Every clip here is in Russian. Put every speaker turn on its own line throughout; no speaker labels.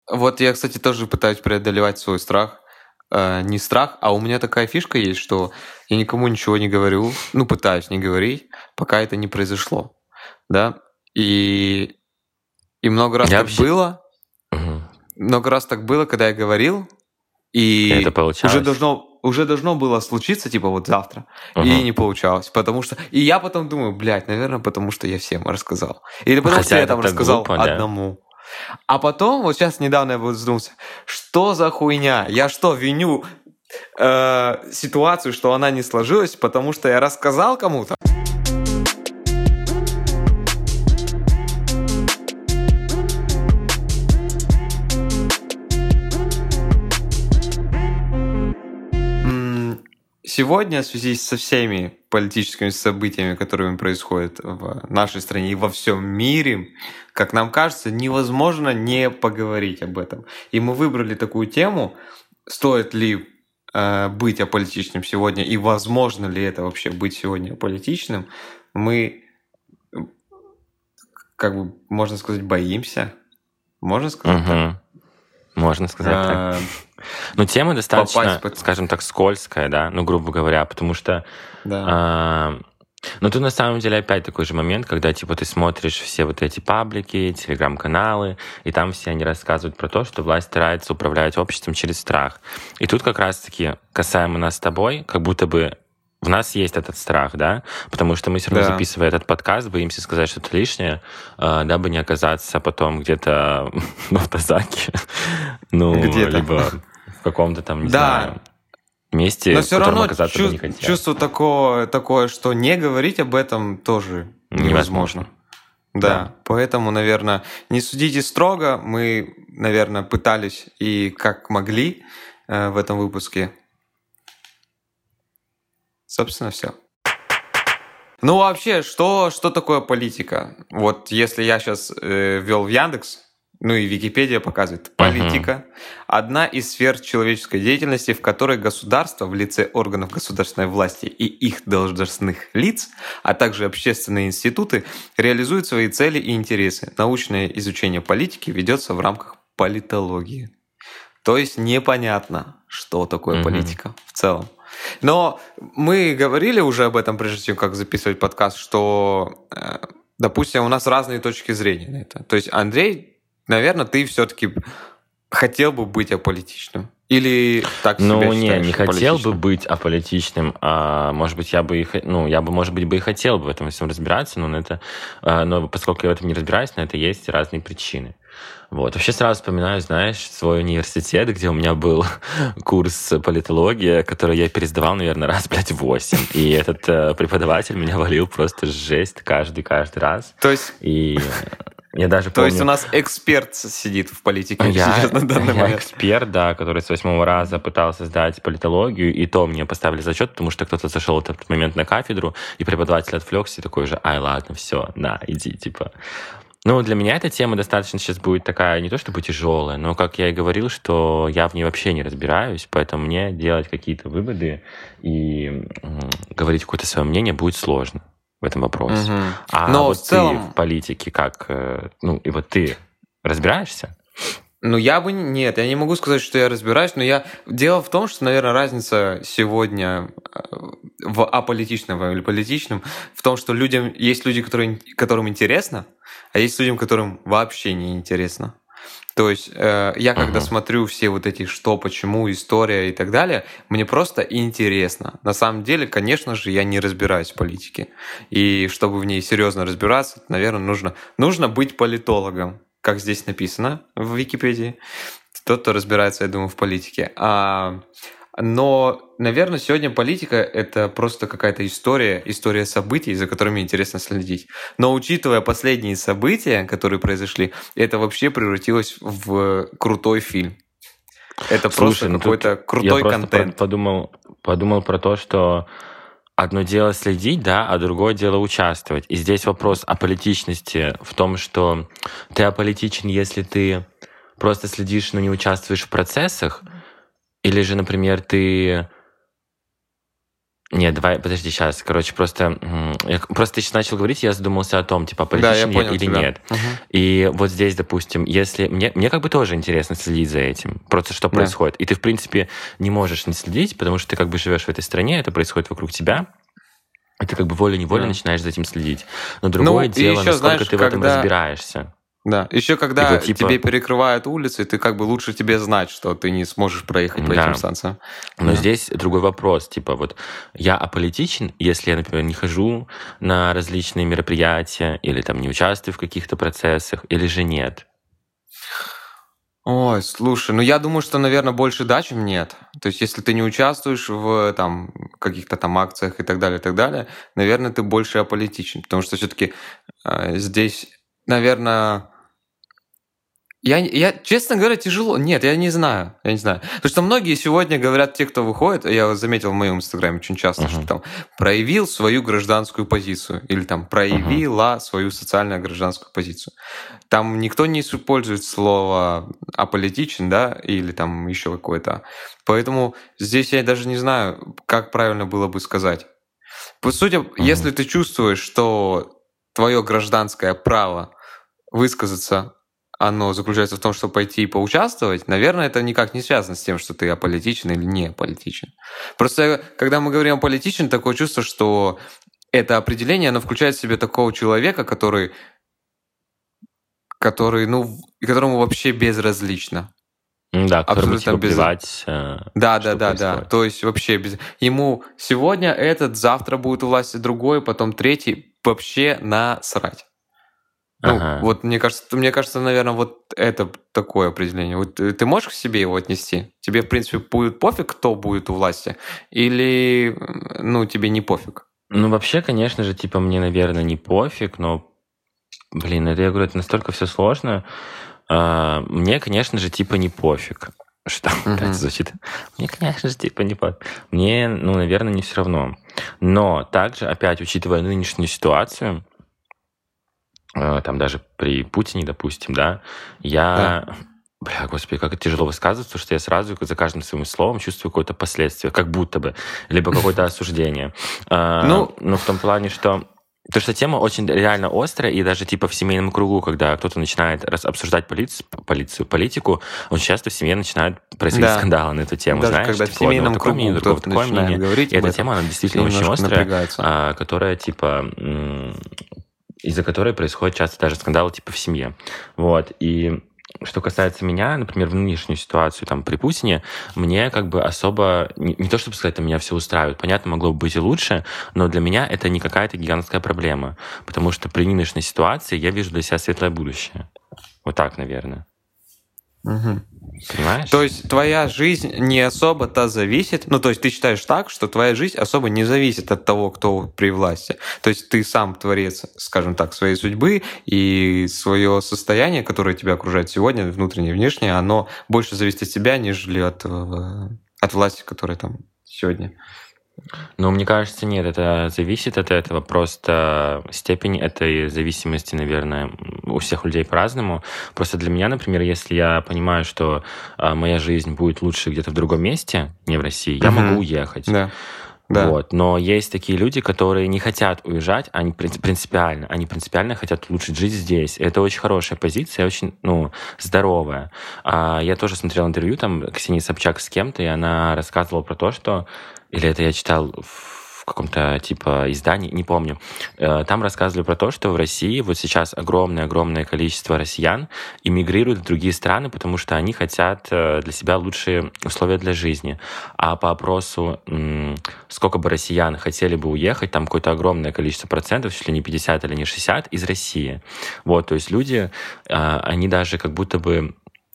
Вот я, кстати, тоже пытаюсь преодолевать свой страх. Не страх, а у меня такая фишка есть, что я никому ничего не говорю, пытаюсь не говорить, пока это не произошло, да. И много раз
Я
так
вообще...
было,
Мгм.
много раз так было, когда я говорил,
И это
и
получалось.
уже должно было случиться, типа вот завтра, и
Мгм.
не получалось, потому что... И я потом думаю, блядь, наверное, потому что я всем рассказал. Или потому что
Хотя
я
это
там
так
рассказал
глупо, да?
одному. А потом, вот сейчас недавно я вот задумался, что за хуйня? Я что, виню ситуацию, что она не сложилась, потому что я рассказал кому-то? Сегодня, в связи со всеми политическими событиями, которые происходят в нашей стране и во всем мире, как нам кажется, невозможно не поговорить об этом. И мы выбрали такую тему, стоит ли быть аполитичным сегодня и возможно ли это вообще быть сегодня аполитичным. Мы, как бы, можно сказать, боимся. Можно сказать так?
Мгм. Можно сказать так.
Э,
Но тема достаточно,
Попасть под...
скажем так, скользкая, да, грубо говоря, потому что...
Да.
Но тут на самом деле опять такой же момент, когда типа ты смотришь все вот эти паблики, телеграм-каналы, и там все они рассказывают про то, что власть старается управлять обществом через страх. И тут как раз-таки касаемо нас с тобой, как будто бы в нас есть этот страх, да, потому что мы все равно,
Да.
записывая этот подкаст, боимся сказать что-то лишнее, дабы не оказаться потом где-то в автозаке,
Где-то.
либо в каком-то там, не
Да.
знаю, месте,
Но
в
все
котором
равно
оказаться бы не хотел.
чувство такое, что не говорить об этом тоже невозможно. Да, поэтому, наверное, не судите строго. Мы, наверное, пытались и как могли в этом выпуске. Собственно, все. Ну, вообще, что такое политика? Вот если я сейчас ввел в Яндекс, и Википедия показывает. Политика – одна из сфер человеческой деятельности, в которой государство в лице органов государственной власти и их должностных лиц, а также общественные институты реализуют свои цели и интересы. Научное изучение политики ведется в рамках политологии. То есть непонятно, что такое политика в целом. Но мы говорили уже об этом, прежде чем как записывать подкаст, что, допустим, у нас разные точки зрения на это. То есть, Андрей, наверное, ты все-таки хотел бы быть аполитичным? Или так себя считаешь?
Не хотел бы быть аполитичным, а может быть, я бы, может быть, бы и хотел бы в этом всем разбираться, но поскольку я в этом не разбираюсь, на это есть разные причины. Вот. Вообще сразу вспоминаю, знаешь, свой университет, где у меня был курс политологии, который я пересдавал, наверное, раз, 8. И этот преподаватель меня валил просто жесть каждый раз.
То есть...
И я даже
То
помню...
есть у нас эксперт сидит в политике
Я
сейчас на данный момент.
эксперт, да, который с 8 раза пытался сдать политологию, и то мне поставили зачет, потому что кто-то зашел в этот момент на кафедру, и преподаватель отвлекся, и такой же, ладно, все, на, иди, типа. Для меня эта тема достаточно сейчас будет такая, не то чтобы тяжелая, но, как я и говорил, что я в ней вообще не разбираюсь, поэтому мне делать какие-то выводы и говорить какое-то свое мнение будет сложно в этом вопросе. А
Но
вот
в целом...
ты в политике как... и вот ты разбираешься?
Нет, я не могу сказать, что я разбираюсь, но Дело в том, что, наверное, разница сегодня в аполитичном или политичном в том, что есть люди, которым интересно, а есть людям, которым вообще не интересно. То есть я когда смотрю все вот эти что, почему, история и так далее, мне просто интересно. На самом деле, конечно же, я не разбираюсь в политике. И чтобы в ней серьезно разбираться, наверное, нужно быть политологом, как здесь написано в Википедии. Тот, кто разбирается, я думаю, в политике. Но, наверное, сегодня политика — это просто какая-то история событий, за которыми интересно следить. Но учитывая последние события, которые произошли, это вообще превратилось в крутой фильм. Это просто какой-то крутой контент.
Я подумал про то, что одно дело следить, да, а другое дело участвовать. И здесь вопрос о политичности в том, что ты аполитичен, если ты просто следишь, но не участвуешь в процессах, или же, например, ты Нет, давай, подожди, сейчас. Короче, просто ты сейчас начал говорить, я задумался о том, типа,
Да, я
политичен я
понял
или
тебя.
нет. И вот здесь, допустим, если... Мне как бы тоже интересно следить за этим, просто что
Да.
происходит. И ты, в принципе, не можешь не следить, потому что ты как бы живешь в этой стране, это происходит вокруг тебя, и ты как бы волей-неволей
Да.
начинаешь за этим следить. Но другое
и
дело,
еще,
насколько
знаешь,
ты в этом
когда...
разбираешься.
Да, еще
И
когда
вот типа,
тебе перекрывают улицы, ты как бы лучше тебе знать, что ты не сможешь проехать по этим
да.
станциям.
Но
Да.
здесь другой вопрос. Типа вот я аполитичен, если я, например, не хожу на различные мероприятия или там не участвую в каких-то процессах, или же нет.
Ой, слушай, ну я думаю, что, наверное, больше да, чем нет. То есть, если ты не участвуешь в там каких-то там акциях и так далее, наверное, ты больше аполитичен. Потому что все-таки здесь, наверное, честно говоря, тяжело. Нет, я не знаю. Я не знаю. Потому что многие сегодня говорят, те, кто выходит, я вот заметил в моем инстаграме очень часто, что
Мгм.
там проявил свою гражданскую позицию или там
Мгм.
проявила свою социальную гражданскую позицию. Там никто не использует слово аполитичен, да, или там еще какое-то. Поэтому здесь я даже не знаю, как правильно было бы сказать. По сути, если
Мгм.
ты чувствуешь, что твое гражданское право высказаться, оно заключается в том, чтобы пойти и поучаствовать, наверное, это никак не связано с тем, что ты аполитичен или не аполитичен. Просто когда мы говорим аполитичен, такое чувство, что это определение, оно включает в себя такого человека, который, ну, и которому вообще безразлично.
Да, которому
Абсолютно
типа
без...
плевать,
Да, да,
что
да, да.
происходит.
То есть вообще без... Ему сегодня этот, завтра будет у власти другой, потом третий. Вообще насрать. Ну,
Ага.
вот мне кажется, наверное, вот это такое определение. Вот ты можешь к себе его отнести? Тебе, в принципе, будет пофиг, кто будет у власти? Или, ну, тебе не пофиг?
Ну, вообще, конечно же, типа, мне, наверное, не пофиг, но, блин, это, я говорю, это настолько все сложно. Мне, конечно же, типа, не пофиг. Что это
Мгм.
звучит? Мне, конечно же, типа, не пофиг. Мне, ну, наверное, не все равно. Но также, опять, учитывая нынешнюю ситуацию, там даже при Путине, допустим, да,
Да.
я... Бля, господи, как это тяжело высказываться, что я сразу за каждым своим словом чувствую какое-то последствие, как будто бы, либо какое-то осуждение.
Ну,
Но в том плане, что то, что тема очень реально острая, и даже типа в семейном кругу, когда кто-то начинает обсуждать политику, очень часто в семье начинают происходить
да.
скандалы на эту тему,
Даже
знаешь,
когда в
типа у одного
семейном
такое мнение,
кругу
у другого
кто-то
такое
начинает
мнение.
говорить
И
об
эта
этом,
тема, она
все
действительно очень
немножко
острая,
напрягаются.
которая типа из-за которой происходят часто даже скандалы типа в семье. Вот. И что касается меня, например, в нынешнюю ситуацию там при Путине, мне как бы особо, не то чтобы сказать, там меня все устраивает, понятно, могло бы быть и лучше, но для меня это не какая-то гигантская проблема, потому что при нынешней ситуации я вижу для себя светлое будущее. Вот так, наверное.
Мгм.
Понимаешь?
То есть твоя жизнь не особо-то зависит, ну то есть ты считаешь так, что твоя жизнь особо не зависит от того, кто при власти. То есть ты сам творец, скажем так, своей судьбы, и свое состояние, которое тебя окружает сегодня, внутреннее и внешнее, оно больше зависит от тебя, нежели от власти, которая там сегодня.
Но мне кажется, нет, это зависит от этого. Просто степень этой зависимости, наверное, у всех людей по-разному. Просто для меня, например, если я понимаю, что моя жизнь будет лучше где-то в другом месте, не в России, я могу
Мгм.
уехать.
Да, да.
Вот. Но есть такие люди, которые не хотят уезжать, они принципиально хотят улучшить жизнь здесь. И это очень хорошая позиция, очень, ну, здоровая. Я тоже смотрел интервью там Ксении Собчак с кем-то, и она рассказывала про то, что... Или это я читал в каком-то типа издании, не помню. Там рассказывали про то, что в России вот сейчас огромное-огромное количество россиян эмигрируют в другие страны, потому что они хотят для себя лучшие условия для жизни. А по опросу, сколько бы россиян хотели бы уехать, там какое-то огромное количество процентов, чуть ли не 50 или не 60, из России. Вот, то есть люди, они даже как будто бы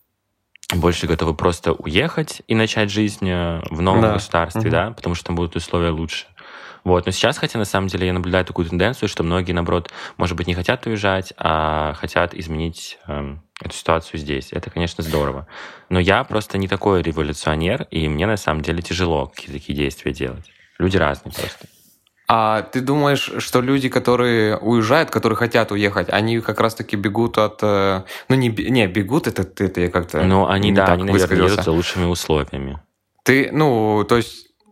больше готовы просто уехать и начать жизнь в новом
Да.
государстве,
Мгм.
да, потому что там будут условия лучше. Вот. Но сейчас, хотя на самом деле я наблюдаю такую тенденцию, что многие, наоборот, может быть, не хотят уезжать, а хотят изменить эту ситуацию здесь. Это, конечно, здорово. Но я просто не такой революционер, и мне на самом деле тяжело какие-то такие действия делать. Люди разные просто.
А ты думаешь, что люди, которые уезжают, которые хотят уехать, они как раз-таки бегут от... Ну, не бегут, это я как-то
Но они,
не
да, они,
так
наверное, едут
высказался.
за лучшими условиями.
Ты, ну, то есть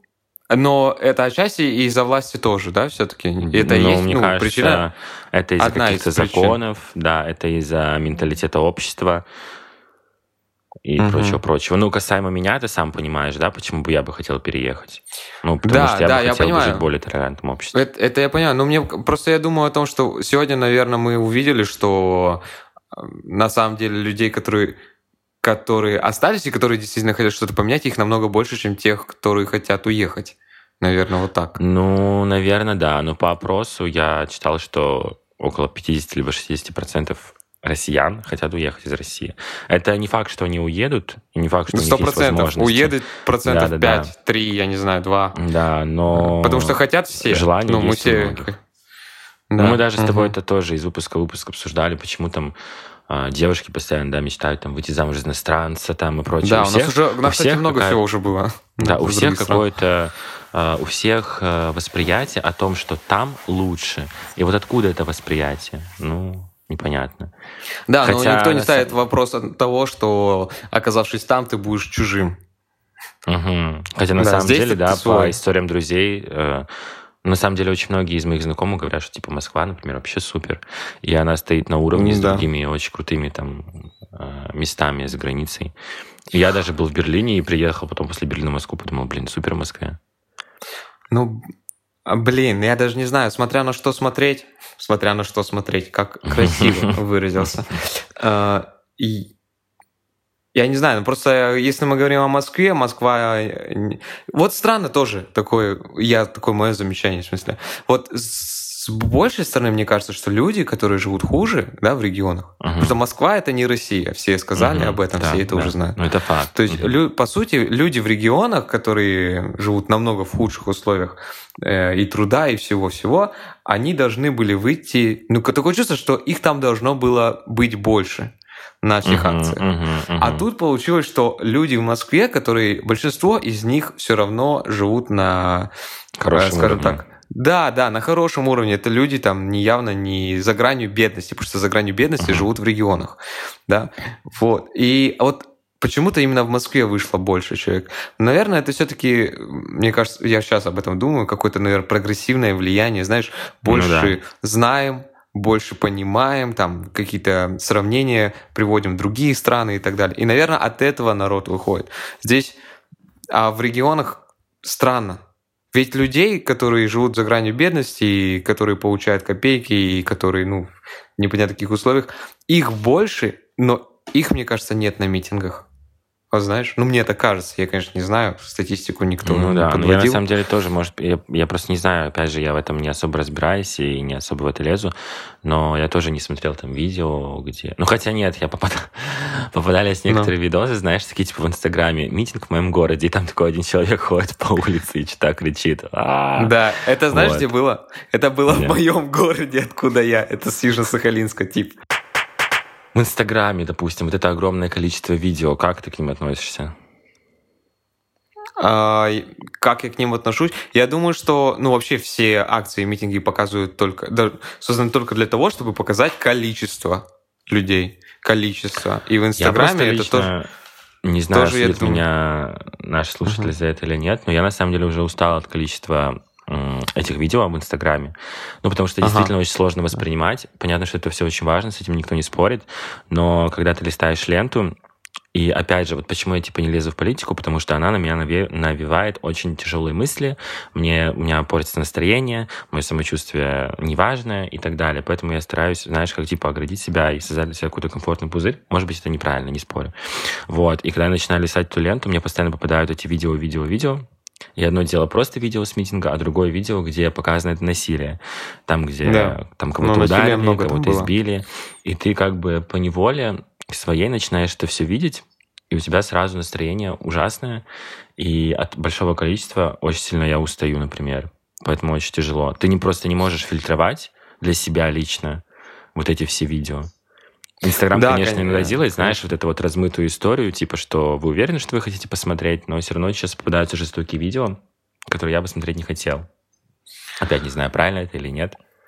Но это отчасти и из-за власти тоже, да, все-таки? Это есть,
мне
причина
кажется, это из-за
одна из
каких-то
причин.
законов, да, это из-за менталитета общества и прочего-прочего. Ну, касаемо меня, ты сам понимаешь, да, почему бы я бы хотел переехать? Ну, потому что я бы
я
хотел бы жить
понимаю.
в более толерантном обществе.
Это я понимаю. Но мне просто я думаю о том, что сегодня, наверное, мы увидели, что на самом деле людей, которые остались и которые действительно хотят что-то поменять, их намного больше, чем тех, которые хотят уехать. Наверное, вот так.
Ну, наверное, да. Но по опросу я читал, что около 50 либо 60% россиян хотят уехать из России. Это не факт, что они уедут, и не факт, что у них есть
100%
возможность.
уедет процентов
Да.
5, 3, я не знаю, 2.
Да, но...
Потому что хотят все.
Желание
мы
есть у
все.
многих.
Да.
Мы даже с тобой это тоже из выпуска в выпуск обсуждали, почему там девушки постоянно, да, мечтают там выйти замуж за иностранца там и прочее.
Да, у нас, кстати, много всего уже было.
Да, у всех какое-то, у всех восприятие о том, что там лучше. И вот откуда это восприятие? Ну, непонятно.
Да, но никто не ставит вопрос от того, что, оказавшись там, ты будешь чужим.
Угу. Хотя на самом деле, да, по историям друзей... На самом деле, очень многие из моих знакомых говорят, что типа Москва, например, вообще супер. И она стоит на уровне с другими очень крутыми там местами за границей. И я даже был в Берлине и приехал потом после Берлина в Москву, подумал, супер в Москве.
Ну, я даже не знаю, смотря на что смотреть, как красиво выразился. Я не знаю, просто если мы говорим о Москве, Москва... Вот странно тоже такое мое замечание, в смысле. Вот с большей стороны, мне кажется, что люди, которые живут хуже, да, в регионах, потому что Москва — это не Россия, все сказали об этом, все это уже знают.
Ну, это факт.
То есть, по сути, люди в регионах, которые живут намного в худших условиях и труда, и всего-всего, они должны были выйти... Ну, такое чувство, что их там должно было быть больше на всех акциях. А тут получилось, что люди в Москве, большинство из них все равно живут на, скажем так, да, на хорошем уровне. Это люди там явно не за гранью бедности, потому что за гранью бедности живут в регионах. Да? Вот. И вот почему-то именно в Москве вышло больше человек. Наверное, это все-таки, мне кажется, я сейчас об этом думаю, какое-то, наверное, прогрессивное влияние. Знаешь, больше знаем, больше понимаем, там какие-то сравнения приводим в другие страны и так далее. И, наверное, от этого народ выходит. Здесь, а в регионах странно. Ведь людей, которые живут за гранью бедности, и которые получают копейки, и которые, в непонятно каких условиях, их больше, но их, мне кажется, нет на митингах. А знаешь? Мне так кажется. Я, конечно, не знаю. Статистику никто не подводил.
Я на самом деле тоже, я просто не знаю. Опять же, я в этом не особо разбираюсь и не особо в это лезу. Но я тоже не смотрел там видео, где... хотя нет, попадались некоторые видосы, знаешь, такие типа в Инстаграме. Митинг в моем городе, и там такой один человек ходит по улице и что-то кричит.
Да, это знаешь, где было? Это было в моем городе, откуда я. Это с Южно-Сахалинска, тип.
В Инстаграме, допустим, вот это огромное количество видео, как ты к ним относишься?
Как я к ним отношусь? Я думаю, что вообще все акции и митинги показывают созданы только для того, чтобы показать количество людей. Количество. И в Инстаграме это тоже...
Не знаю, судят меня наши слушатели за это или нет, но я на самом деле уже устал от количества этих видео об Инстаграме. Потому что действительно очень сложно воспринимать. Понятно, что это все очень важно, с этим никто не спорит. Но когда ты листаешь ленту, и опять же, вот почему я не лезу в политику, потому что она на меня навевает очень тяжелые мысли, у меня портится настроение, мое самочувствие неважное и так далее. Поэтому я стараюсь, знаешь, оградить себя и создать для себя какой-то комфортный пузырь. Может быть, это неправильно, не спорю. Вот. И когда я начинаю листать эту ленту, мне постоянно попадают эти видео. И одно дело просто видео с митинга, а другое видео, где показано это насилие. Там, где там кого-то ударили, кого-то избили. И ты поневоле своей начинаешь это все видеть, и у тебя сразу настроение ужасное. И от большого количества очень сильно я устаю, например. Поэтому очень тяжело. Ты просто не можешь фильтровать для себя лично вот эти все видео. Инстаграм, конечно, иногда делает, знаешь, вот эту вот размытую историю, типа, что вы уверены, что вы хотите посмотреть, но все равно сейчас попадаются жестокие видео, которые я бы смотреть не хотел. Опять не знаю, правильно это или нет.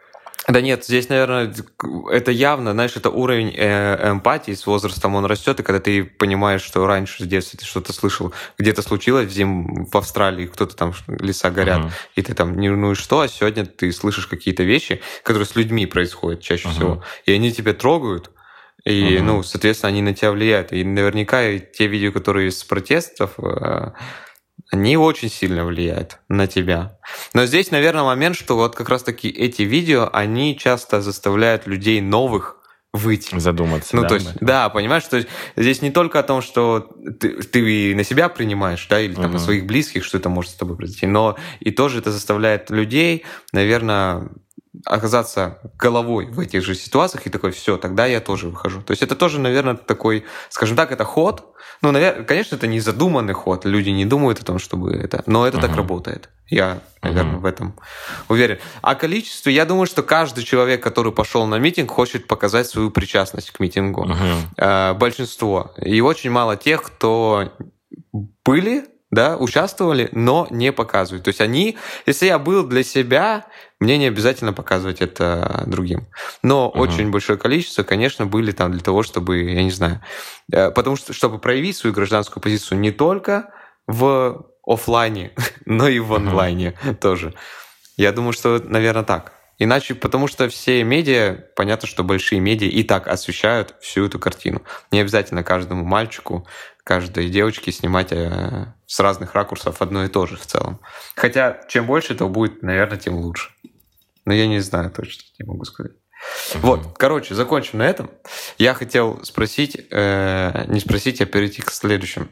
Да нет, здесь, наверное, это явно, знаешь, это уровень эмпатии с возрастом, он растет, и когда ты понимаешь, что раньше в детстве ты что-то слышал, где-то случилось в Австралии, кто-то там, леса горят, и ты там, ну и что, а сегодня ты слышишь какие-то вещи, которые с людьми происходят чаще всего, и они тебя трогают, и, ну, соответственно, они на тебя влияют. И наверняка те видео, которые с протестов, они очень сильно влияют на тебя. Но здесь, наверное, момент, что вот как раз-таки эти видео, они часто заставляют людей новых выйти.
Задуматься,
ну,
да?
То есть, да, понимаешь, что здесь не только о том, что ты на себя принимаешь, да, или там на своих близких, что это может с тобой произойти, но и тоже это заставляет людей, наверное, оказаться головой в этих же ситуациях и такой, все, тогда я тоже выхожу. То есть это тоже, наверное, такой, скажем так, это ход. Ну, наверное, конечно, это не задуманный ход. Люди не думают о том, чтобы это... Но это так работает. Я, наверное, в этом уверен. А количество, я думаю, что каждый человек, который пошел на митинг, хочет показать свою причастность к митингу. Большинство. И очень мало тех, кто были, да, участвовали, но не показывают. То есть они, если я был для себя, мне не обязательно показывать это другим. Но очень большое количество, конечно, были там для того, чтобы, я не знаю, потому что, чтобы проявить свою гражданскую позицию не только в офлайне, но и в онлайне тоже. Я думаю, что, наверное, так. Иначе, потому что все медиа, понятно, что большие медиа и так освещают всю эту картину. Не обязательно каждому мальчику, каждой девочке снимать с разных ракурсов одно и то же в целом. Хотя, чем больше этого будет, наверное, тем лучше. Но я не знаю точно, не могу сказать. Вот, короче, закончим на этом. Я хотел спросить, не спросить, а перейти к следующему.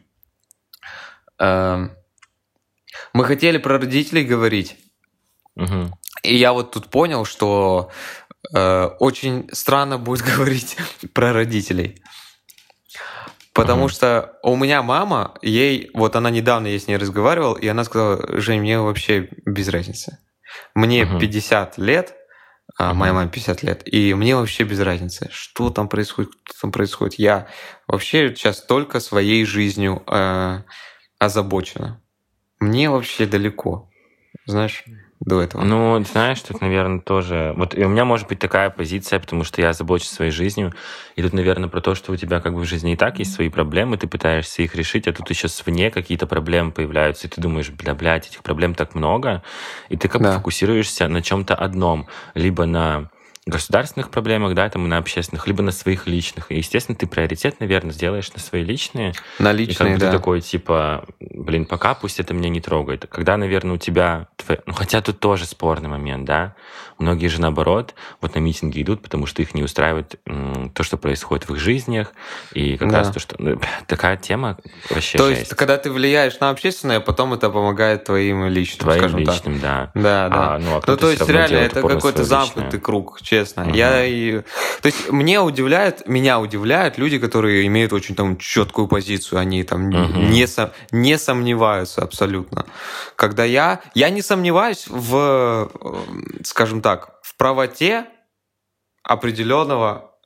Мы хотели про родителей говорить. И я вот тут понял, что очень странно будет говорить про родителей. Потому что у меня мама, вот она недавно, я с ней разговаривал, и она сказала: Жень, мне вообще без разницы. Мне 50 лет, моя маме 50 лет, и мне вообще без разницы, что там происходит, кто там происходит. Я вообще сейчас только своей жизнью озабочена. Мне вообще далеко, знаешь, до этого.
Ну, знаешь, тут, наверное, тоже... Вот и у меня может быть такая позиция, потому что я забочусь своей жизнью. И тут, наверное, про то, что у тебя как бы в жизни и так есть свои проблемы, ты пытаешься их решить, а тут еще свне какие-то проблемы появляются, и ты думаешь, блядь, этих проблем так много, и ты как бы фокусируешься на чем-то одном. Либо на государственных проблемах, да, там, и на общественных, либо на своих личных. И, естественно, ты приоритет, наверное, сделаешь на свои личные.
На личные,
и как бы
да.
ты такой, типа, блин, пока пусть это меня не трогает. Когда, наверное, у тебя... Ну, хотя тут тоже спорный момент, да. Многие же, наоборот, вот на митинги идут, потому что их не устраивает то, что происходит в их жизнях. И как раз то, что... такая тема вообще
То
жесть.
есть, когда ты влияешь на общественное, потом это помогает твоим личным,
твоим
скажем
личным,
так.
Да.
Да.
Ну,
то есть, реально, это какой-то замкнутый круг, честно. То есть, меня удивляют люди, которые имеют очень там четкую позицию, они там не сомневаются абсолютно. Когда я не сомневаюсь в, скажем так, в правоте определенного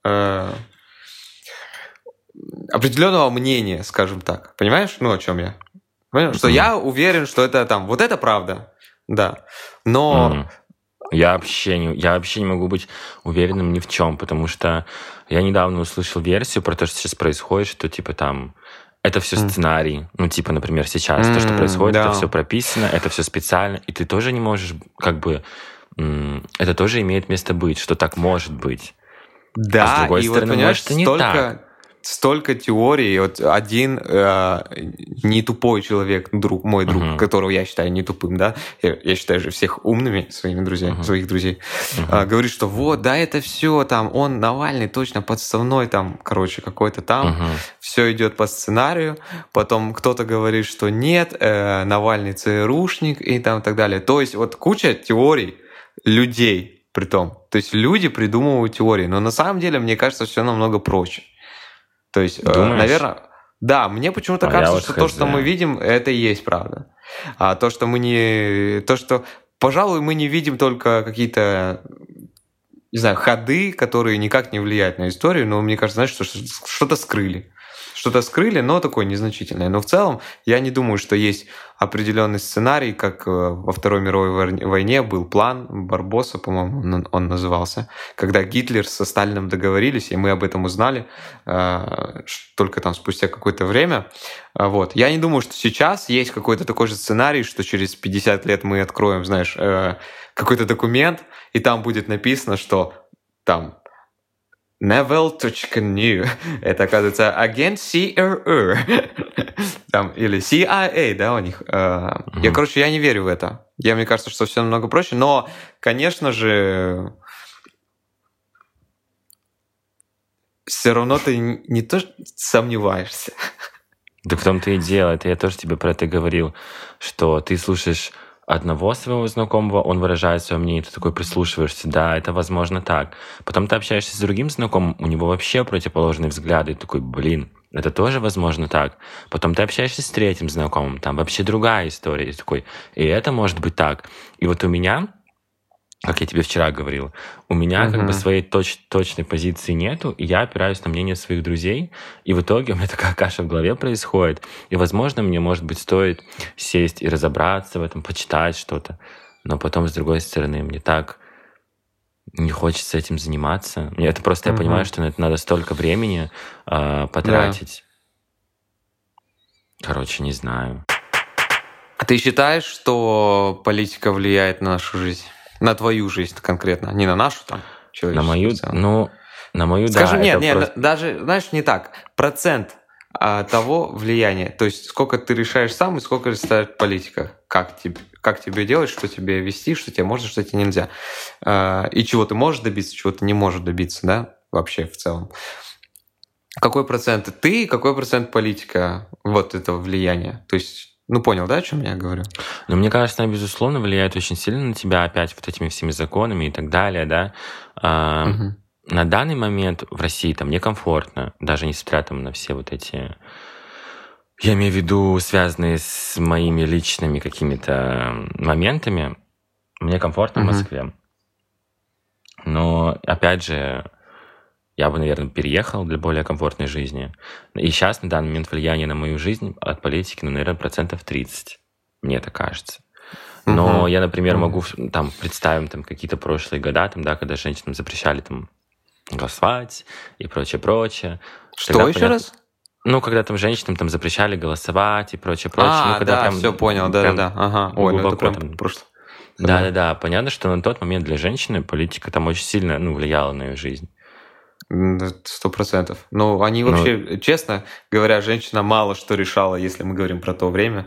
мнения, скажем так. Понимаешь? Ну, о чем я? Понял? Что я уверен, что это там, вот это правда. Да. Но...
Я вообще не могу быть уверенным ни в чем, потому что я недавно услышал версию про то, что сейчас происходит, что типа там это все сценарий. Ну, типа, например, сейчас то, что происходит, это все прописано, это все специально, и ты тоже не можешь, как бы, это тоже имеет место быть, что так может быть.
Да,
а с другой стороны,
вот, понимаешь,
может, и не так.
Столько теорий. Вот один не тупой человек, мой друг, которого я считаю не тупым, да, я считаю же всех умными своих друзей, говорит, что вот, да, это все там, он Навальный точно подставной, там, короче, какой-то там, все идет по сценарию, потом кто-то говорит, что нет, Навальный ЦРУшник и там и так далее. То есть вот куча теорий людей притом. То есть люди придумывают теории, но на самом деле, мне кажется, все намного проще. То есть, наверное, да, мне почему-то кажется, что то, что мы видим, это и есть правда. А то, что пожалуй, мы не видим только какие-то, не знаю, ходы, которые никак не влияют на историю, но мне кажется, знаешь, что что-то скрыли. что-то скрыли, но такое незначительное. Но в целом я не думаю, что есть определенный сценарий, как во Второй мировой войне был план Барбосса, по-моему, он назывался, когда Гитлер со Сталиным договорились, и мы об этом узнали только там спустя какое-то время. Вот. Я не думаю, что сейчас есть какой-то такой же сценарий, что через 50 лет мы откроем, знаешь, какой-то документ, и там будет написано, что там Невел New. Это, оказывается, агент CIA. Там, или CIA, да, у них. Я не верю в это. Мне кажется, что все намного проще. Но, конечно же, все равно ты не то сомневаешься.
Да в том-то и дело. Это я тоже тебе про это говорил, что ты слушаешь одного своего знакомого, он выражает свое мнение, ты такой прислушиваешься, да, это возможно так. Потом ты общаешься с другим знакомым, у него вообще противоположные взгляды, и ты такой, блин, это тоже возможно так. Потом ты общаешься с третьим знакомым, там вообще другая история, и такой, и это может быть так. И вот у меня, как я тебе вчера говорил, у меня как бы своей точной позиции нету, и я опираюсь на мнение своих друзей, и в итоге у меня такая каша в голове происходит. И, возможно, мне, может быть, стоит сесть и разобраться в этом, почитать что-то. Но потом, с другой стороны, мне так не хочется этим заниматься. Это просто я понимаю, что на это надо столько времени потратить. Да. Короче, не знаю.
А ты считаешь, что политика влияет на нашу жизнь? На твою жизнь конкретно, не на нашу там человеческую.
На мою,
скажем,
да.
Нет, просто... даже, знаешь, не так. Процент того влияния, то есть сколько ты решаешь сам и сколько решает политика. Как тебе делать, что тебе вести, что тебе можно, что тебе нельзя. И чего ты можешь добиться, чего ты не можешь добиться, да, вообще в целом. Какой процент ты, какой процент политика вот этого влияния? То есть понял, да, о чем я говорю?
Но мне кажется, она, безусловно, влияет очень сильно на тебя опять вот этими всеми законами и так далее, да. На данный момент в России там некомфортно, даже несмотря там на все вот эти, я имею в виду, связанные с моими личными какими-то моментами, мне комфортно в Москве. Но, опять же, я бы, наверное, переехал для более комфортной жизни. И сейчас, на данный момент, влияние на мою жизнь от политики, наверное, 30%. Мне это кажется. Но я, например, могу там представим там какие-то прошлые года, там, да, когда женщинам запрещали там голосовать и прочее.
Что
тогда,
еще
понятно,
раз?
Когда там женщинам там запрещали голосовать и прочее. Когда
да,
прям,
все понял, да. Ага. Ой, это прям
там...
прошлое.
Да. Понятно, что на тот момент для женщины политика там очень сильно влияла на ее жизнь.
100%. Они вообще, честно говоря, женщина мало что решала, если мы говорим про то время.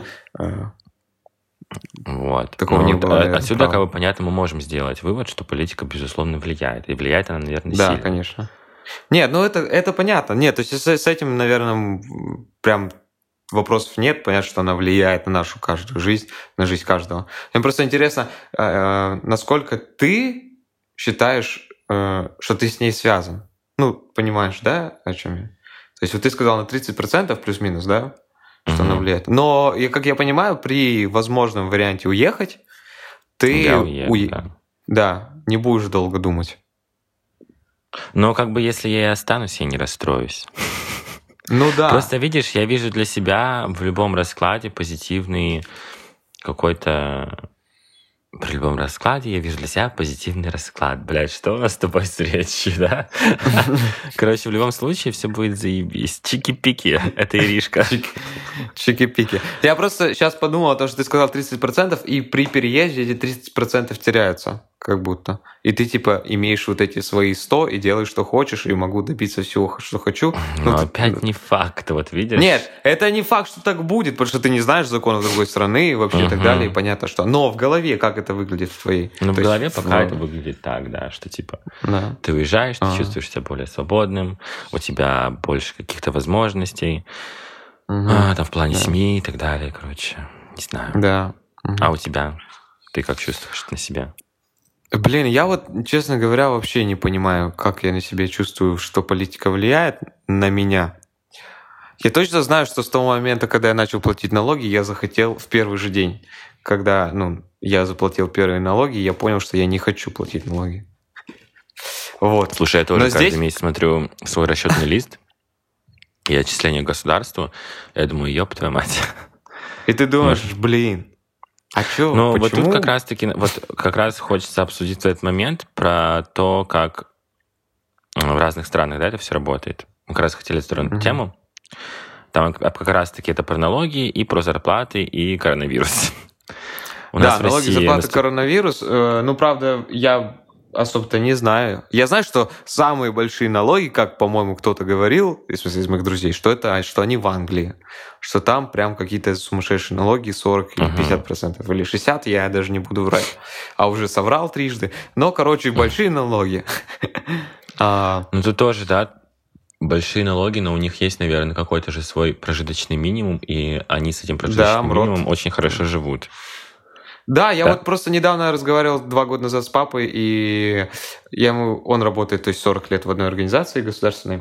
Вот.
Такого не было.
Отсюда, как бы, понятно, мы можем сделать вывод, что политика, безусловно, влияет. И влияет она, наверное, сильно.
Да, конечно. Нет, это понятно. Нет, то есть с этим, наверное, прям вопросов нет. Понятно, что она влияет на нашу каждую жизнь, на жизнь каждого. Мне просто интересно, насколько ты считаешь, что ты с ней связан? Понимаешь, да, о чем я? То есть вот ты сказал на 30% плюс-минус, да, что она влияет. Но, как я понимаю, при возможном варианте уехать, ты да, не будешь долго думать.
Но как бы если я и останусь, я не расстроюсь.
Да.
Просто видишь, я вижу для себя в любом раскладе позитивный какой-то... При любом раскладе я вижу для себя позитивный расклад. Блядь, что у нас с тобой с речью, да? Короче, в любом случае все будет заебись. Чики-пики. Это Иришка.
Чики-пики. Я просто сейчас подумал о том, что ты сказал 30%, и при переезде эти 30% теряются. Как будто. И ты, имеешь вот эти свои 100 и делаешь, что хочешь, и могу добиться всего, что хочу.
Но опять не факт, вот видишь?
Нет, это не факт, что так будет, потому что ты не знаешь законов другой страны и вообще и так далее, и понятно, что... Но в голове как это выглядит в твоей...
В голове пока это выглядит так, да, что ты уезжаешь, ты чувствуешь себя более свободным, у тебя больше каких-то возможностей, там в плане семьи и так далее, короче, не знаю.
Да.
А у тебя? Ты как чувствуешь на себя?
Блин, я вот, честно говоря, вообще не понимаю, как я на себя чувствую, что политика влияет на меня. Я точно знаю, что с того момента, когда я начал платить налоги, я захотел в первый же день, когда я заплатил первые налоги, я понял, что я не хочу платить налоги. Вот.
Слушай, я тоже каждый месяц смотрю свой расчетный лист. и отчисления государству. Я думаю, ёб твою мать.
И ты думаешь, блин, а чё,
Ну, вот
почему?
тут как раз хочется обсудить этот момент про то, как в разных странах, да, это все работает. Мы как раз хотели затронуть эту тему. Там как раз-таки это про налоги и про зарплаты и коронавирус. У нас
Да,
в
налоги,
России
зарплаты, коронавирус. Ну, правда, я особо-то не знаю. Я знаю, что самые большие налоги, как, по-моему, кто-то говорил, в смысле, из моих друзей, что они в Англии. Что там прям какие-то сумасшедшие налоги, 40 или 50%, или 60%, я даже не буду врать. А уже соврал трижды. Но, короче, большие налоги.
Ну, тут тоже, да, большие налоги, но у них есть, наверное, какой-то же свой прожиточный минимум, и они с этим прожиточным минимумом очень хорошо живут.
Да, я вот просто недавно разговаривал 2 года назад с папой, и он работает, то есть 40 лет в одной организации государственной,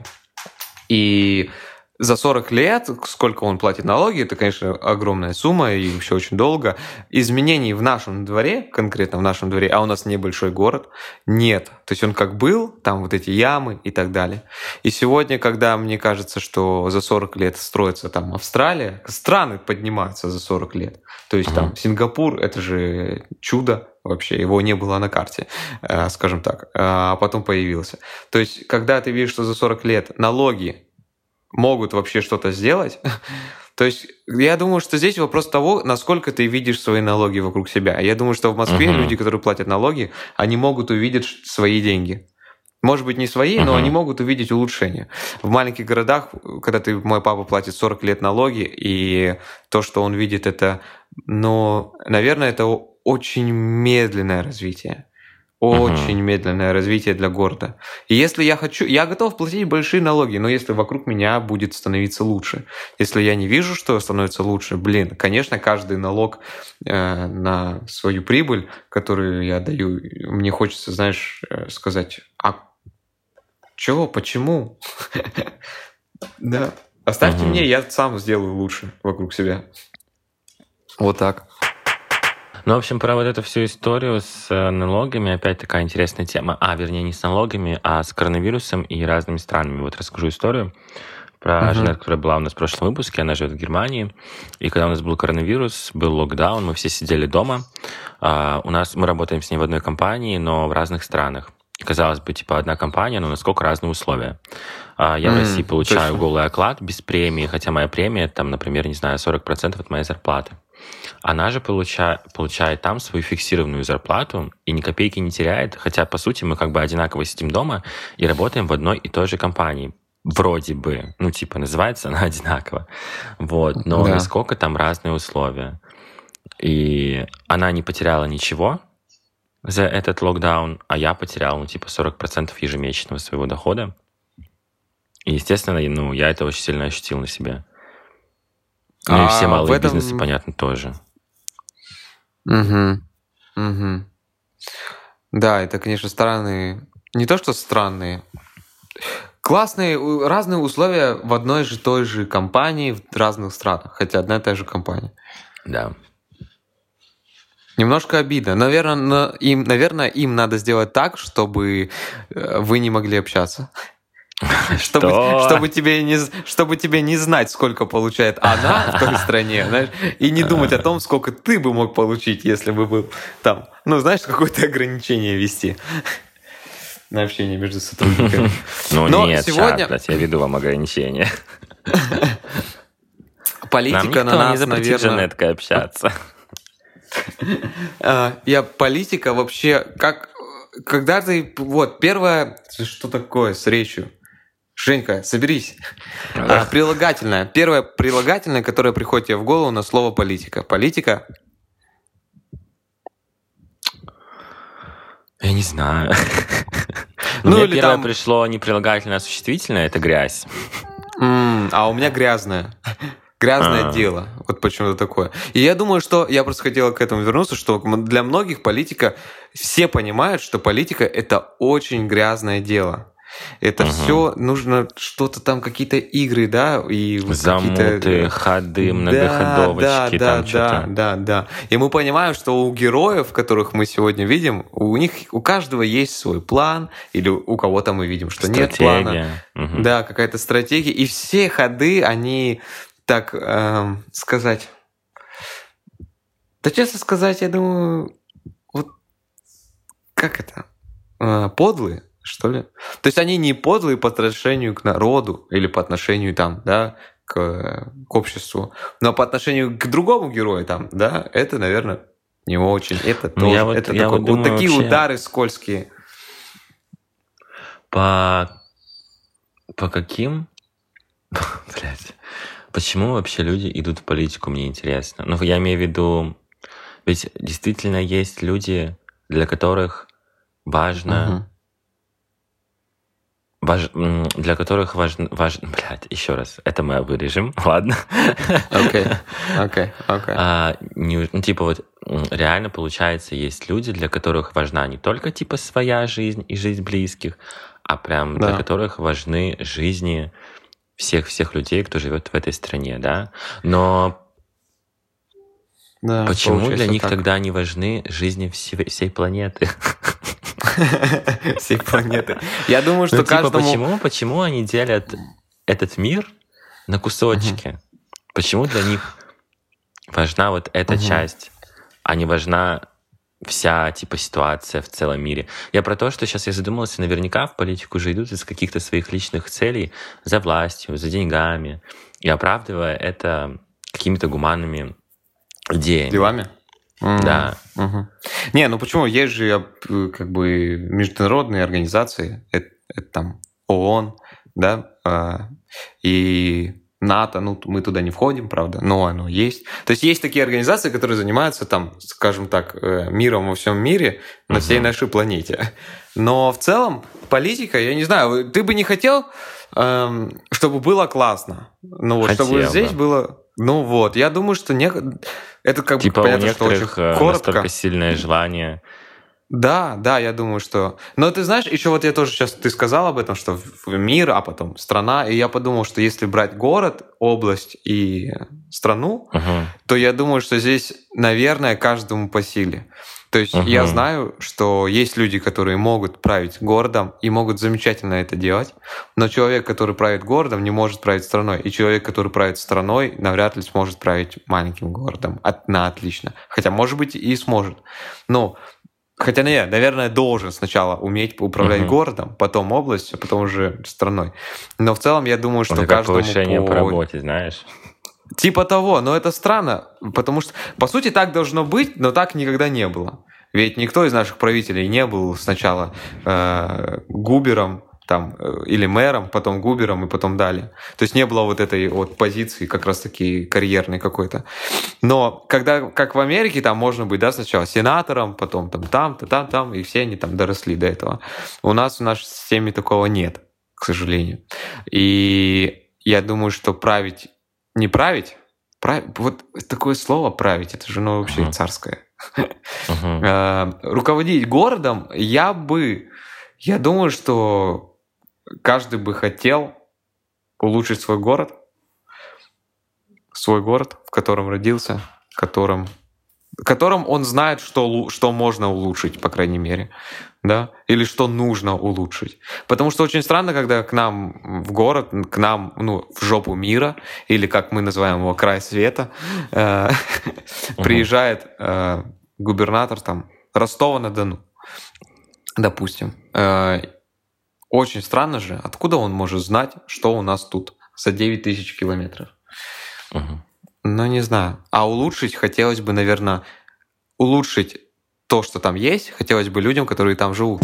и за 40 лет, сколько он платит налоги, это, конечно, огромная сумма и вообще очень долго. Изменений в нашем дворе, конкретно в нашем дворе, а у нас небольшой город, нет. То есть он как был, там вот эти ямы и так далее. И сегодня, когда мне кажется, что за 40 лет строится там Австралия, страны поднимаются за 40 лет. То есть там Сингапур, это же чудо вообще, его не было на карте, скажем так, а потом появился. То есть когда ты видишь, что за 40 лет налоги могут вообще что-то сделать. То есть я думаю, что здесь вопрос того, насколько ты видишь свои налоги вокруг себя. Я думаю, что в Москве люди, которые платят налоги, они могут увидеть свои деньги. Может быть, не свои, но они могут увидеть улучшение. В маленьких городах, когда мой папа платит 40 лет налоги, и то, что он видит, это, наверное, это очень медленное развитие. Очень медленное развитие для города. И если я готов платить большие налоги, но если вокруг меня будет становиться лучше. Если я не вижу, что становится лучше, конечно, каждый налог на свою прибыль, которую я даю, мне хочется, знаешь, сказать, а чего, почему? Да. Оставьте мне, я сам сделаю лучше вокруг себя. Вот так.
Ну, в общем, про вот эту всю историю с налогами опять такая интересная тема. Вернее, не с налогами, а с коронавирусом и разными странами. Вот расскажу историю про Жанет, которая была у нас в прошлом выпуске. Она живет в Германии. И когда у нас был коронавирус, был локдаун, мы все сидели дома. Мы работаем с ней в одной компании, но в разных странах. Казалось бы, одна компания, но насколько разные условия. Я в России получаю голый оклад без премии, хотя моя премия, там, например, 40% от моей зарплаты. Она же получает там свою фиксированную зарплату и ни копейки не теряет, хотя, по сути, мы как бы одинаково сидим дома и работаем в одной и той же компании. Вроде бы. Называется она одинаково. Вот. Но насколько там разные условия. И она не потеряла ничего за этот локдаун, а я потерял, 40% ежемесячного своего дохода. И, естественно, я это очень сильно ощутил на себе. И все малые бизнесы, понятно, тоже.
Да, это, конечно, странные... Не то, что странные. Классные, разные условия в одной же той же компании в разных странах. Хотя одна и та же компания.
Да.
Немножко обидно. Наверное, им надо сделать так, чтобы вы не могли общаться. Чтобы тебе не знать, сколько получает она в той стране, знаешь, и не думать о том, сколько ты бы мог получить, если бы был там. Знаешь, какое-то ограничение ввести на общение между сотрудниками.
Нет, сегодня... я веду вам ограничения.
Политика на нас,
не запретит Жанеткой общаться.
Политика вообще, когда ты... первое, что такое с речью? Женька, соберись. Прилагательное. Первое прилагательное, которое приходит тебе в голову на слово политика. Политика?
Я не знаю. Мне первое пришло не прилагательное, а существительное. Это грязь.
А у меня грязное. Грязное дело. Вот почему-то такое. И я думаю, что... Я просто хотела к этому вернуться, что для многих политика... Все понимают, что политика — это очень грязное дело. Это все нужно что-то там, какие-то игры, да, и
замуты, ходы, многоходовочки,
да,
там что-то.
Да. И мы понимаем, что у героев, которых мы сегодня видим, у каждого есть свой план, или у кого-то мы видим, что нет плана. Да, какая-то стратегия. И все ходы, они, так сказать... Да, честно сказать, я думаю, вот как это? Подлые, что ли? То есть они не подлые по отношению к народу или по отношению там, да, к обществу, но по отношению к другому герою там, да, это, наверное, не очень. Это тоже. Вот такие вообще... удары скользкие.
По каким? Блядь. Почему вообще люди идут в политику, мне интересно. Ну, я имею в виду, ведь действительно есть люди, для которых важно... для которых важно... Блядь, еще раз. Это мы вырежем, ладно?
Окей.
Ну, типа вот реально, получается, есть люди, для которых важна не только, типа, своя жизнь и жизнь близких, а прям для которых важны жизни всех людей, кто живет в этой стране, да? Но почему для них тогда не важны жизни всей планеты?
Всей планеты. Я думаю, что каждому...
Почему они делят этот мир на кусочки? Почему для них важна вот эта часть, а не важна вся, типа, ситуация в целом мире? Я про то, что сейчас я задумался, наверняка в политику же идут из каких-то своих личных целей за властью, за деньгами, и оправдывая это какими-то гуманными идеями.
Делами?
Да.
Не, ну почему? Есть же как бы международные организации, это там ООН, да, и НАТО, ну мы туда не входим, правда, но оно есть. То есть есть такие организации, которые занимаются там, скажем так, миром во всем мире, на всей нашей планете. Но в целом политика, я не знаю, ты бы не хотел, чтобы было классно, ну вот, чтобы здесь было... Ну вот, я думаю, что это как
типа
бы понятно,
у некоторых
что очень коротко.
Настолько сильное желание.
Да, я думаю, что... Но ты знаешь, еще вот я тоже сейчас... Ты сказал об этом, что мир, а потом страна, и я подумал, что если брать город, область и страну, то я думаю, что здесь, наверное, каждому по силе. То есть я знаю, что есть люди, которые могут править городом и могут замечательно это делать, но человек, который правит городом, не может править страной. И человек, который правит страной, навряд ли сможет править маленьким городом на отлично. Хотя, может быть, и сможет. Но, хотя, наверное, должен сначала уметь управлять городом, потом областью, потом уже страной. Но в целом, я думаю, что каждому...
повышение по работе, знаешь...
Типа того, но это странно, потому что, по сути, так должно быть, но так никогда не было. Ведь никто из наших правителей не был сначала губером там, или мэром, потом губером и потом далее. То есть не было вот этой вот позиции как раз-таки карьерной какой-то. Но когда, как в Америке, там можно быть, да, сначала сенатором, потом там, и все они там доросли до этого. У нас в нашей системе такого нет, к сожалению. И я думаю, что править... Не править, вот такое слово править, это же вообще царское. Руководить городом я думаю, что каждый бы хотел улучшить свой город, в котором родился, в котором он знает, что можно улучшить, по крайней мере, да, или что нужно улучшить. Потому что очень странно, когда к нам в город, к нам, в жопу мира, или как мы называем его, край света, приезжает губернатор там Ростова-на-Дону, допустим. Очень странно же, откуда он может знать, что у нас тут за 9000 километров. Ну, не знаю. А улучшить хотелось бы, наверное, улучшить то, что там есть, хотелось бы людям, которые там живут.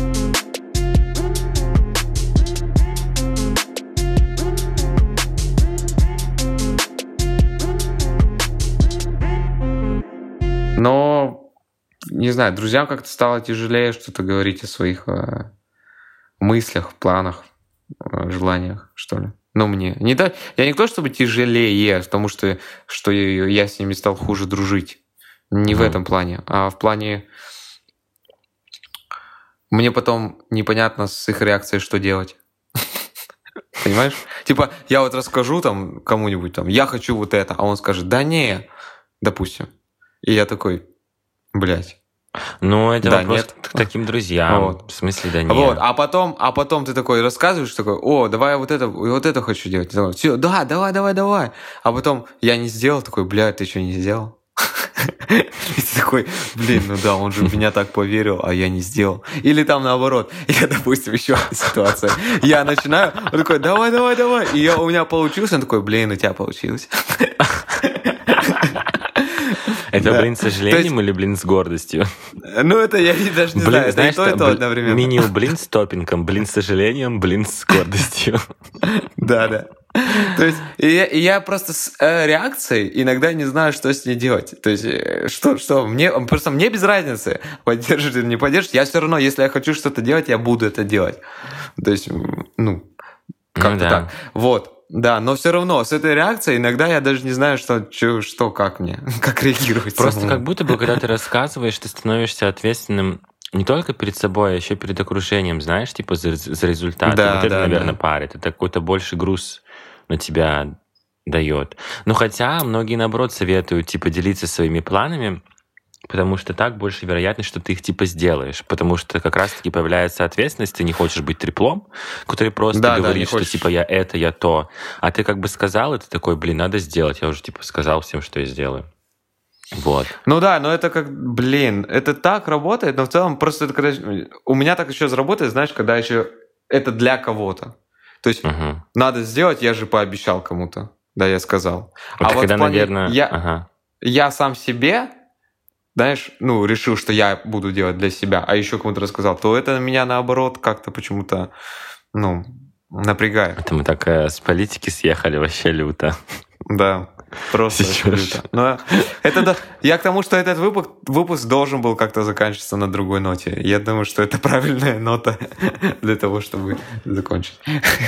Но, не знаю, друзьям как-то стало тяжелее что-то говорить о своих мыслях, планах, желаниях, что ли. Но мне. Я не то, чтобы тяжелее, потому что я с ними стал хуже дружить. Не в этом плане, а в плане мне потом непонятно с их реакцией, что делать. Понимаешь? Типа, я вот расскажу там кому-нибудь, там, я хочу вот это, а он скажет, да не, допустим. И я такой, блядь.
Ну, это
Да,
вопрос
нет.
к таким друзьям.
Вот.
В смысле, да
Вот,
нет.
а потом ты такой рассказываешь, такой, о, давай я вот это хочу делать. Все, да, давай. А потом я не сделал, такой, блядь, ты что, не сделал? И ты такой, блин, ну да, он же в меня так поверил, а я не сделал. Или там наоборот, я, допустим, еще одна ситуация. Я начинаю, он такой, давай. И у меня получилось, он такой, блин, у тебя получилось.
Это,
Да.
блин, с сожалением или, блин, с гордостью?
Ну, это я даже не знаю, это и
знаешь,
то, и то одновременно.
Меню блин с топпингом, блин с сожалением, блин с гордостью.
Да. То есть, и я просто с реакцией иногда не знаю, что с ней делать. То есть, что мне без разницы, поддержит или не поддержит. Я все равно, если я хочу что-то делать, я буду это делать. То есть, как-то
да.
так. Вот. Да, но все равно с этой реакцией иногда я даже не знаю, как мне, как реагировать.
Просто
самому.
как будто бы, когда ты рассказываешь, ты становишься ответственным не только перед собой, а еще перед окружением, знаешь, типа за результат.
Да,
вот это,
да,
наверное,
да.
парит. Это какой-то больше груз на тебя дает. Но хотя многие, наоборот, советуют, типа, делиться своими планами, потому что так больше вероятность, что ты их, типа, сделаешь. Потому что как раз-таки появляется ответственность, ты не хочешь быть треплом, который просто
Да, не
говорит, что,
хочешь.
типа, я это, я то. А ты как бы сказал, и ты такой, блин, надо сделать. Я уже, типа, сказал всем, что я сделаю. Вот.
Ну да, но это как, блин, это так работает, но в целом просто это когда... У меня так еще заработает, знаешь, когда еще это для кого-то. То есть
Угу.
надо сделать, я же пообещал кому-то. Да, я сказал.
Это
вот
когда,
в плане
наверное...
я сам себе, знаешь, решил, что я буду делать для себя, а еще кому-то рассказал, то это меня наоборот как-то почему-то, напрягает.
Это мы так с политики съехали вообще люто.
Да, просто
Сейчас.
круто. Но это да. Я к тому, что этот выпуск должен был как-то заканчиваться на другой ноте. Я думаю, что это правильная нота для того, чтобы закончить.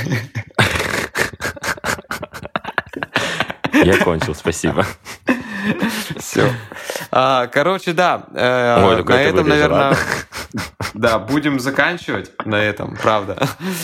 Я кончил, спасибо.
Все. Короче, да.
Ой,
На
только это
этом,
вырежу,
наверное,
ладно?
да, будем заканчивать на этом, правда.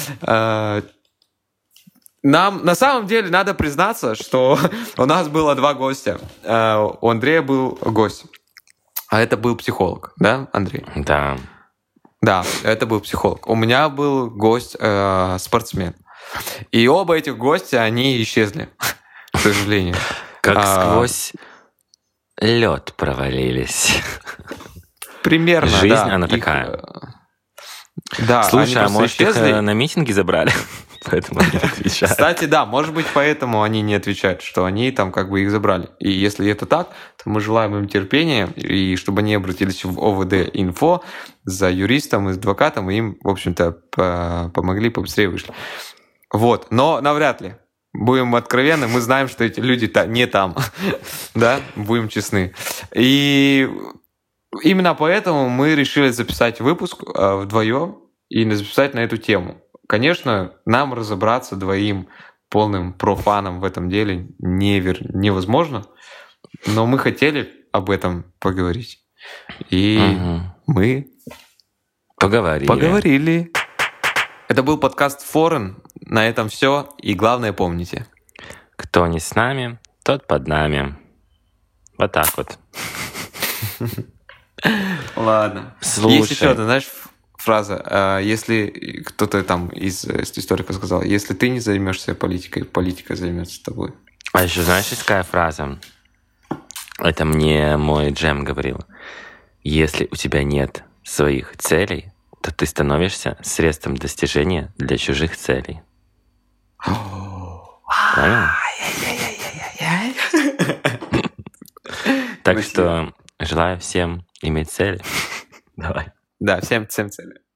Нам на самом деле надо признаться, что у нас было 2 гостя. У Андрея был гость, а это был психолог, да, Андрей?
Да.
Да, это был психолог. У меня был гость спортсмен. И оба этих гостя, они исчезли, к сожалению.
Как сквозь лед провалились.
Примерно,
Жизнь,
да.
она такая.
Да,
Слушай,
они
а может их
исчезли.
на митинги забрали? Поэтому они отвечают.
Кстати, да, может быть, поэтому они не отвечают, что они там как бы их забрали. И если это так, то мы желаем им терпения, и чтобы они обратились в ОВД-инфо за юристом и с адвокатом, и им, в общем-то, помогли, побыстрее вышли. Вот, но навряд ли. Будем откровенны, мы знаем, что эти люди не там. Да, будем честны. И именно поэтому мы решили записать выпуск вдвоем и записать на эту тему. Конечно, нам разобраться двоим полным профаном в этом деле невозможно, но мы хотели об этом поговорить. И мы поговорили. Это был подкаст Foreign. На этом все. И главное, помните.
Кто не с нами, тот под нами. Вот так вот.
Ладно.
Слушай.
Есть еще одна, знаешь, фраза. Если кто-то там из историков сказал, если ты не займешься политикой, политика займется тобой.
А еще знаешь, есть какая фраза? Это мне мой Джем говорил. Если у тебя нет своих целей, то ты становишься средством достижения для чужих целей. Понял? Так что желаю всем иметь цели. Давай.
Да, всем цели.